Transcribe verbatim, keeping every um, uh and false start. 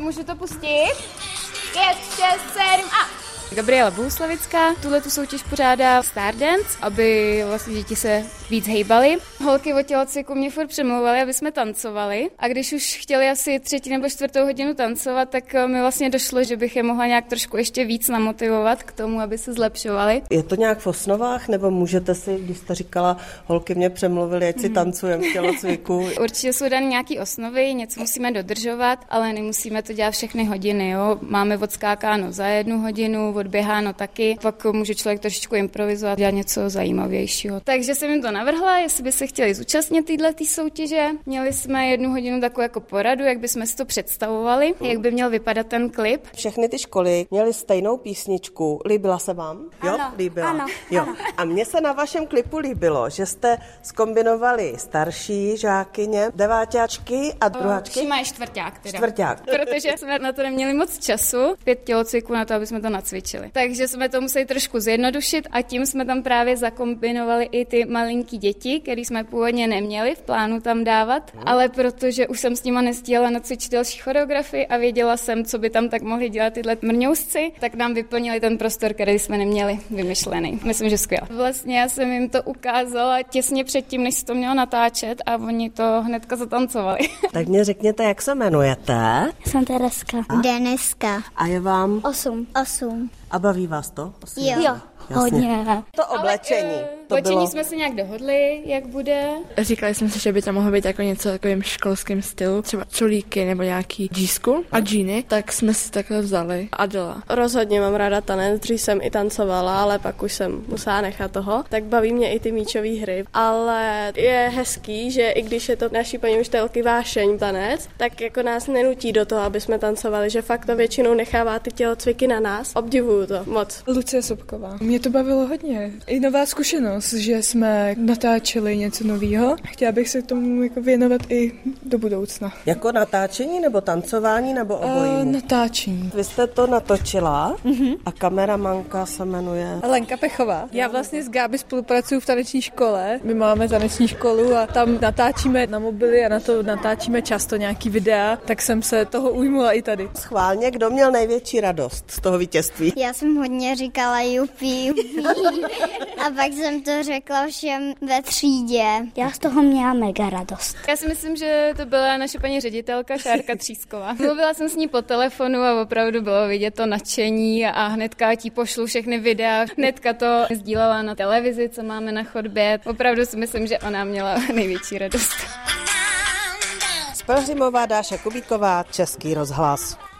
můžu to pustit? Pět, šest, sedm a... Gabriela Bohuslavická tuhle tu soutěž pořádá Stardance, aby vlastně děti se víc hejbaly. Holky o tělocviku mě furt přemlouvaly, aby jsme tancovali. A když už chtěli asi třetí nebo čtvrtou hodinu tancovat, tak mi vlastně došlo, že bych je mohla nějak trošku ještě víc namotivovat k tomu, aby se zlepšovaly. Je to nějak v osnovách, nebo můžete si, když jste říkala, holky mě přemluvily, ať si hmm. tancujeme v tělocviku? Určitě jsou dané nějaké osnovy, něco musíme dodržovat, ale nemusíme to dělat všechny hodiny. Jo? Máme odskákáno za jednu hodinu, odběháno taky, pak může člověk trošičku improvizovat, dělat něco zajímavějšího. Takže jsem jim to navrhla, jestli by se chtěli zúčastnit této soutěže. Měli jsme jednu hodinu takovou jako poradu, jak bychom si to představovali, jak by měl vypadat ten klip. Všechny ty školy měly stejnou písničku. Líbila se vám? Jo, ano, líbila. Ano, jo. Ano. A mně se na vašem klipu líbilo, že jste zkombinovali starší žákyně, deváťáčky a druháčky. Šima je čtvrťák teda. Čtvrťák. Protože jsme na to neměli moc času, pět tělocviků na to, aby jsme to nacvičili. Takže jsme to museli trošku zjednodušit a tím jsme tam právě zakombinovali i ty malinký děti, které jsme původně neměli v plánu tam dávat, hmm. ale protože už jsem s nima nestíhala nacvičit další choreografii a věděla jsem, co by tam tak mohli dělat tyhle mrňousci, tak nám vyplnili ten prostor, který jsme neměli vymyšlený. Myslím, že skvěle. Vlastně já jsem jim to ukázala těsně předtím, než se to mělo natáčet a oni to hnedka zatancovali. Tak mě řekněte, jak se jmenujete? Jsem Tereska. Deniska. A je vám? Osm. Osm. A baví vás to? Osm. Jo. Jo. Hodně. To oblečení. Ale, to oblečení bylo... jsme si nějak dohodli, jak bude. Říkali jsme si, že by to mohlo být jako něco takovým školským stylu, třeba čulíky nebo nějaký džísku a džíny, tak jsme si takhle vzali. Adela. Rozhodně mám ráda tanec, dřív jsem i tancovala, ale pak už jsem musela nechat toho. Tak baví mě i ty míčové hry. Ale je hezký, že i když je to naší paní učitelky vášeň tanec, tak jako nás nenutí do toho, aby jsme tancovali, že fakt to většinou nechává ty tělocviky na nás. Obdivuju to moc. Lucie Sobková. Mě to bavilo hodně. I nová zkušenost, že jsme natáčeli něco nového. Chtěla bych se tomu jako věnovat i do budoucna. Jako natáčení nebo tancování nebo obojímu? Uh, natáčení. Vy jste to natočila uh-huh. a kameramanka se jmenuje... Lenka Pechová. Já vlastně s Gáby spolupracuju v taneční škole. My máme taneční školu a tam natáčíme na mobily a na to natáčíme často nějaký videa, tak jsem se toho ujmula i tady. Schválně, kdo měl největší radost z toho vítězství? Já jsem hodně říkala jupi, jupi. A pak jsem to řekla všem ve třídě. Já z toho měla mega radost. Já si myslím, že to byla naše paní ředitelka Šárka Třísková. Mluvila jsem s ní po telefonu a opravdu bylo vidět to nadšení a hnedka ti pošlu všechny videa. Hnedka to sdílela na televizi, co máme na chodbě. Opravdu si myslím, že ona měla největší radost. Z Pelhřimova Dáša Kubíková, Český rozhlas.